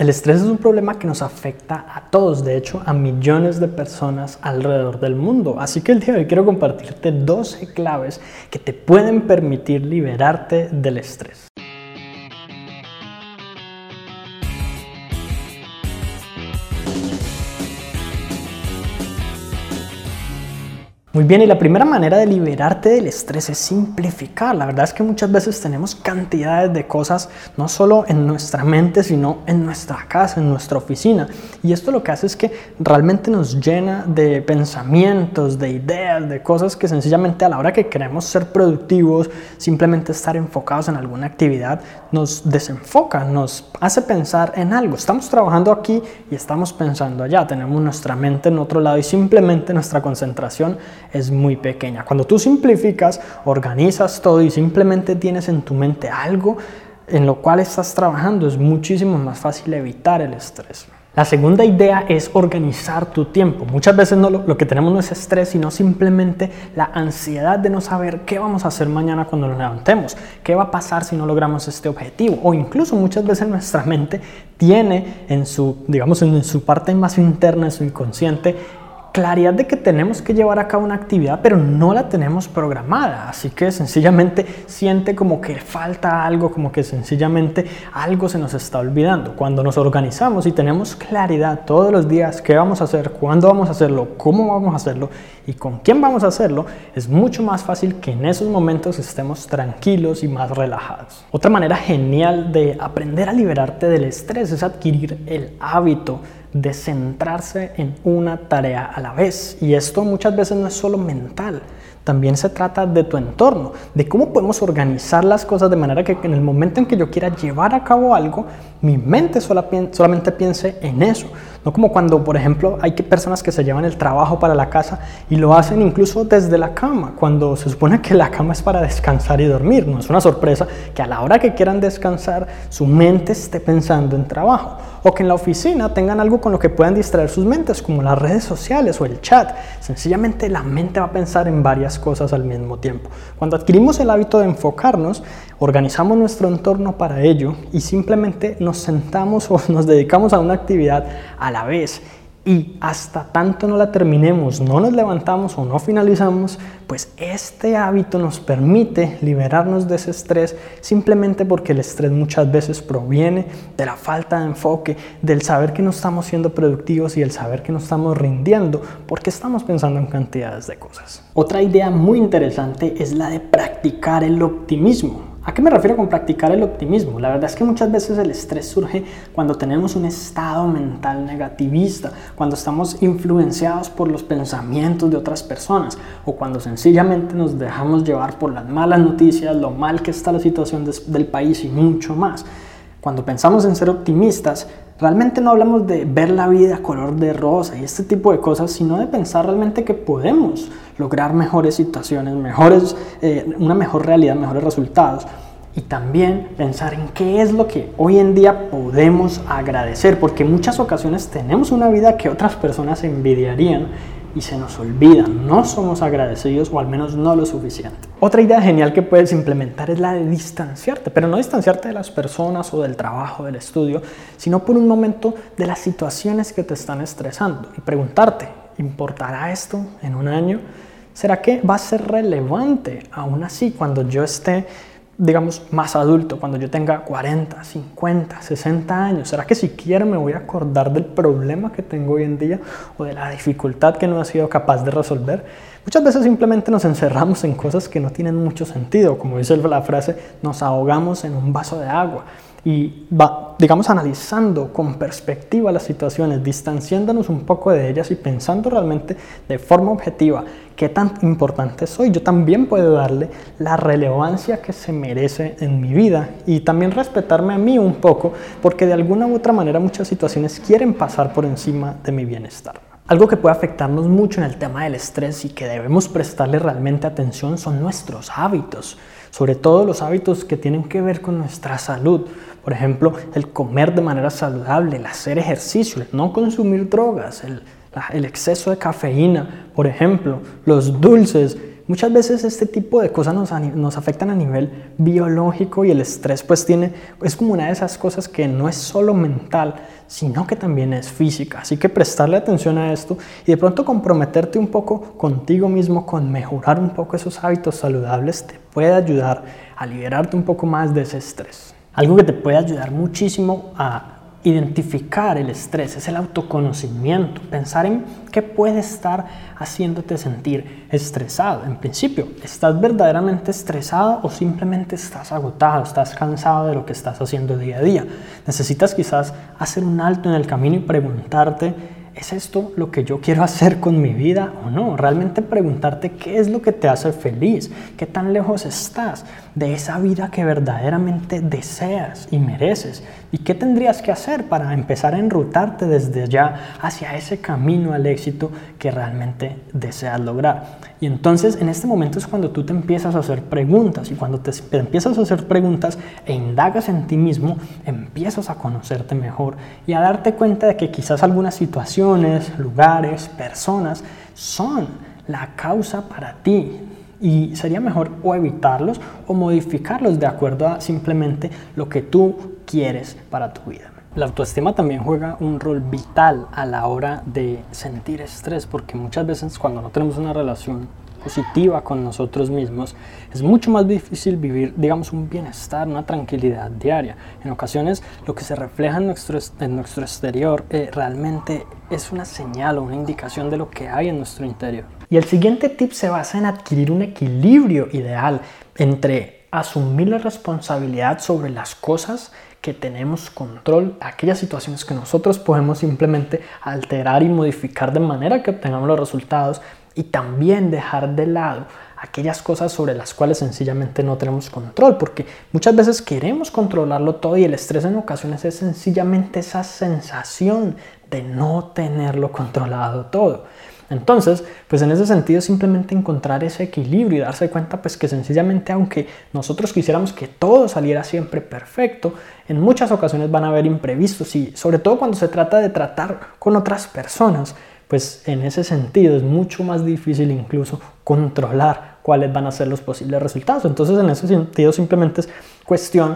El estrés es un problema que nos afecta a todos, de hecho a millones de personas alrededor del mundo. Así que el día de hoy quiero compartirte 12 claves que te pueden permitir liberarte del estrés. Muy bien, y la primera manera de liberarte del estrés es simplificar. La verdad es que muchas veces tenemos cantidades de cosas, no solo en nuestra mente, sino en nuestra casa, en nuestra oficina. Y esto lo que hace es que realmente nos llena de pensamientos, de ideas, de cosas que sencillamente a la hora que queremos ser productivos, simplemente estar enfocados en alguna actividad, nos desenfoca, nos hace pensar en algo. Estamos trabajando aquí y estamos pensando allá. Tenemos nuestra mente en otro lado y simplemente nuestra concentración es muy pequeña. Cuando tú simplificas, organizas todo y simplemente tienes en tu mente algo en lo cual estás trabajando, es muchísimo más fácil evitar el estrés. La segunda idea es organizar tu tiempo. Muchas veces lo que tenemos no es estrés, sino simplemente la ansiedad de no saber qué vamos a hacer mañana cuando nos levantemos, qué va a pasar si no logramos este objetivo, o incluso muchas veces nuestra mente tiene en su parte más interna, en su inconsciente, claridad de que tenemos que llevar a cabo una actividad, pero no la tenemos programada, así que sencillamente siente como que falta algo, como que sencillamente algo se nos está olvidando. Cuando nos organizamos y tenemos claridad todos los días qué vamos a hacer, cuándo vamos a hacerlo, cómo vamos a hacerlo y con quién vamos a hacerlo, es mucho más fácil que en esos momentos estemos tranquilos y más relajados. Otra manera genial de aprender a liberarte del estrés es adquirir el hábito de centrarse en una tarea a la vez. Y esto muchas veces no es solo mental, también se trata de tu entorno, de cómo podemos organizar las cosas de manera que en el momento en que yo quiera llevar a cabo algo, mi mente solamente piense en eso. No como cuando, por ejemplo, hay personas que se llevan el trabajo para la casa y lo hacen incluso desde la cama, cuando se supone que la cama es para descansar y dormir. No es una sorpresa que a la hora que quieran descansar, su mente esté pensando en trabajo. O que en la oficina tengan algo con lo que puedan distraer sus mentes, como las redes sociales o el chat. Sencillamente la mente va a pensar en varias cosas al mismo tiempo. Cuando adquirimos el hábito de enfocarnos, organizamos nuestro entorno para ello y simplemente nos sentamos o nos dedicamos a una actividad a la vez, y hasta tanto no la terminemos, no nos levantamos o no finalizamos, pues este hábito nos permite liberarnos de ese estrés, simplemente porque el estrés muchas veces proviene de la falta de enfoque, del saber que no estamos siendo productivos y el saber que no estamos rindiendo porque estamos pensando en cantidades de cosas. Otra idea muy interesante es la de practicar el optimismo. ¿A qué me refiero con practicar el optimismo? La verdad es que muchas veces el estrés surge cuando tenemos un estado mental negativista, cuando estamos influenciados por los pensamientos de otras personas o cuando sencillamente nos dejamos llevar por las malas noticias, lo mal que está la situación del país y mucho más. Cuando pensamos en ser optimistas, realmente no hablamos de ver la vida color de rosa y este tipo de cosas, sino de pensar realmente que podemos lograr mejores situaciones, una mejor realidad, mejores resultados. Y también pensar en qué es lo que hoy en día podemos agradecer, porque en muchas ocasiones tenemos una vida que otras personas envidiarían y se nos olvida, no somos agradecidos o al menos no lo suficiente. Otra idea genial que puedes implementar es la de distanciarte, pero no distanciarte de las personas o del trabajo, del estudio, sino por un momento de las situaciones que te están estresando y preguntarte, ¿importará esto en un año? ¿Será que va a ser relevante aún así cuando yo esté, más adulto, cuando yo tenga 40, 50, 60 años? ¿Será que siquiera me voy a acordar del problema que tengo hoy en día o de la dificultad que no he sido capaz de resolver? Muchas veces simplemente nos encerramos en cosas que no tienen mucho sentido. Como dice la frase, nos ahogamos en un vaso de agua. Y analizando con perspectiva las situaciones, distanciándonos un poco de ellas y pensando realmente de forma objetiva qué tan importante soy. Yo también puedo darle la relevancia que se merece en mi vida y también respetarme a mí un poco, porque de alguna u otra manera muchas situaciones quieren pasar por encima de mi bienestar. Algo que puede afectarnos mucho en el tema del estrés y que debemos prestarle realmente atención son nuestros hábitos, sobre todo los hábitos que tienen que ver con nuestra salud. Por ejemplo, el comer de manera saludable, el hacer ejercicio, el no consumir drogas, el exceso de cafeína, por ejemplo, los dulces. Muchas veces este tipo de cosas nos afectan a nivel biológico y el estrés pues es como una de esas cosas que no es solo mental, sino que también es física. Así que prestarle atención a esto y de pronto comprometerte un poco contigo mismo con mejorar un poco esos hábitos saludables te puede ayudar a liberarte un poco más de ese estrés. Algo que te puede ayudar muchísimo a identificar el estrés es el autoconocimiento, pensar en qué puede estar haciéndote sentir estresado. En principio, ¿estás verdaderamente estresado o simplemente estás agotado, estás cansado de lo que estás haciendo día a día? Necesitas quizás hacer un alto en el camino y preguntarte, ¿es esto lo que yo quiero hacer con mi vida o no? Realmente preguntarte qué es lo que te hace feliz, qué tan lejos estás de esa vida que verdaderamente deseas y mereces y qué tendrías que hacer para empezar a enrutarte desde ya hacia ese camino al éxito que realmente deseas lograr. Y entonces en este momento es cuando tú te empiezas a hacer preguntas y cuando te empiezas a hacer preguntas e indagas en ti mismo, empiezas a conocerte mejor y a darte cuenta de que quizás algunas situaciones, lugares, personas son la causa para ti. Y sería mejor o evitarlos o modificarlos de acuerdo a simplemente lo que tú quieres para tu vida. La autoestima también juega un rol vital a la hora de sentir estrés, porque muchas veces cuando no tenemos una relación positiva con nosotros mismos, es mucho más difícil vivir, digamos, un bienestar, una tranquilidad diaria. En ocasiones, lo que se refleja en nuestro exterior realmente es una señal o una indicación de lo que hay en nuestro interior. Y el siguiente tip se basa en adquirir un equilibrio ideal entre asumir la responsabilidad sobre las cosas que tenemos control, aquellas situaciones que nosotros podemos simplemente alterar y modificar de manera que obtengamos los resultados, y también dejar de lado aquellas cosas sobre las cuales sencillamente no tenemos control, porque muchas veces queremos controlarlo todo y el estrés en ocasiones es sencillamente esa sensación de no tenerlo controlado todo. Entonces, pues en ese sentido simplemente encontrar ese equilibrio y darse cuenta pues que sencillamente aunque nosotros quisiéramos que todo saliera siempre perfecto, en muchas ocasiones van a haber imprevistos y sobre todo cuando se trata de tratar con otras personas, pues en ese sentido es mucho más difícil incluso controlar cuáles van a ser los posibles resultados. Entonces en ese sentido simplemente es cuestión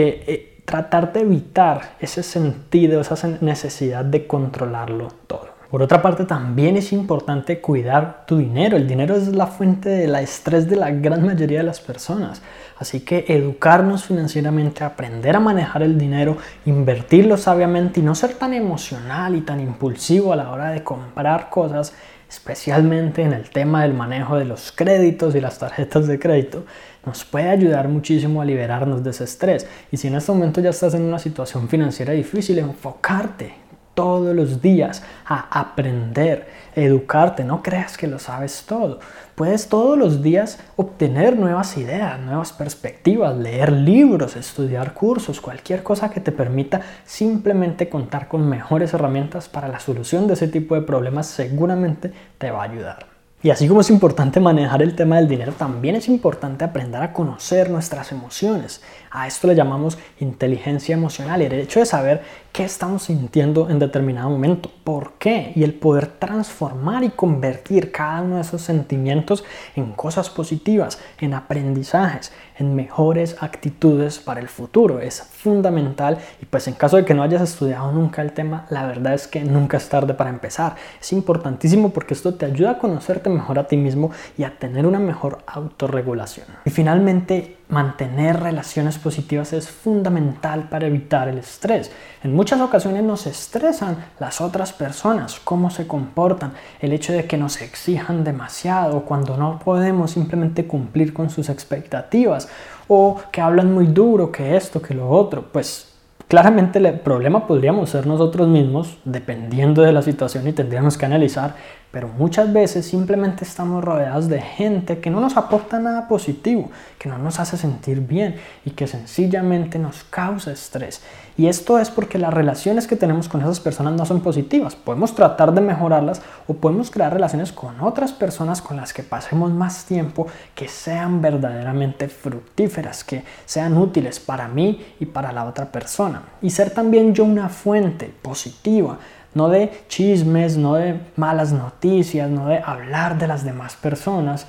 de tratar de evitar ese sentido, esa necesidad de controlarlo todo. Por otra parte, también es importante cuidar tu dinero. El dinero es la fuente del estrés de la gran mayoría de las personas. Así que educarnos financieramente, aprender a manejar el dinero, invertirlo sabiamente y no ser tan emocional y tan impulsivo a la hora de comprar cosas, especialmente en el tema del manejo de los créditos y las tarjetas de crédito, nos puede ayudar muchísimo a liberarnos de ese estrés. Y si en este momento ya estás en una situación financiera difícil, enfocarte todos los días a aprender, educarte. No creas que lo sabes todo. Puedes todos los días obtener nuevas ideas, nuevas perspectivas, leer libros, estudiar cursos, cualquier cosa que te permita simplemente contar con mejores herramientas para la solución de ese tipo de problemas seguramente te va a ayudar. Y así como es importante manejar el tema del dinero, también es importante aprender a conocer nuestras emociones. A esto le llamamos inteligencia emocional y el hecho de saber qué estamos sintiendo en determinado momento, por qué, y el poder transformar y convertir cada uno de esos sentimientos en cosas positivas, en aprendizajes, en mejores actitudes para el futuro. Es fundamental y pues en caso de que no hayas estudiado nunca el tema, la verdad es que nunca es tarde para empezar. Es importantísimo porque esto te ayuda a conocerte mejor a ti mismo y a tener una mejor autorregulación. Y finalmente, mantener relaciones positivas es fundamental para evitar el estrés. En muchas ocasiones nos estresan las otras personas, cómo se comportan, el hecho de que nos exijan demasiado cuando no podemos simplemente cumplir con sus expectativas o que hablan muy duro, que esto, que lo otro. Pues claramente el problema podríamos ser nosotros mismos, dependiendo de la situación, y tendríamos que analizar, pero muchas veces simplemente estamos rodeados de gente que no nos aporta nada positivo, que no nos hace sentir bien y que sencillamente nos causa estrés. Y esto es porque las relaciones que tenemos con esas personas no son positivas. Podemos tratar de mejorarlas o podemos crear relaciones con otras personas con las que pasemos más tiempo, que sean verdaderamente fructíferas, que sean útiles para mí y para la otra persona. Y ser también yo una fuente positiva, no de chismes, no de malas noticias, no de hablar de las demás personas,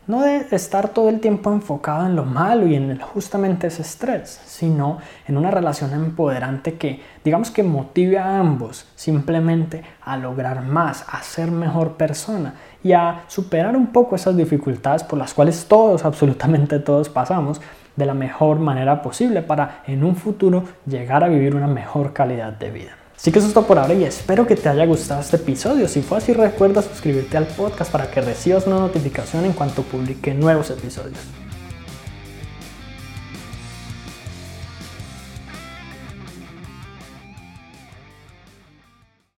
no de estar todo el tiempo enfocado en lo malo y en justamente ese estrés, sino en una relación empoderante que, digamos, que motive a ambos simplemente a lograr más, a ser mejor persona y a superar un poco esas dificultades por las cuales todos, absolutamente todos, pasamos de la mejor manera posible para en un futuro llegar a vivir una mejor calidad de vida. Así que eso es todo por ahora y espero que te haya gustado este episodio. Si fue así, recuerda suscribirte al podcast para que recibas una notificación en cuanto publique nuevos episodios.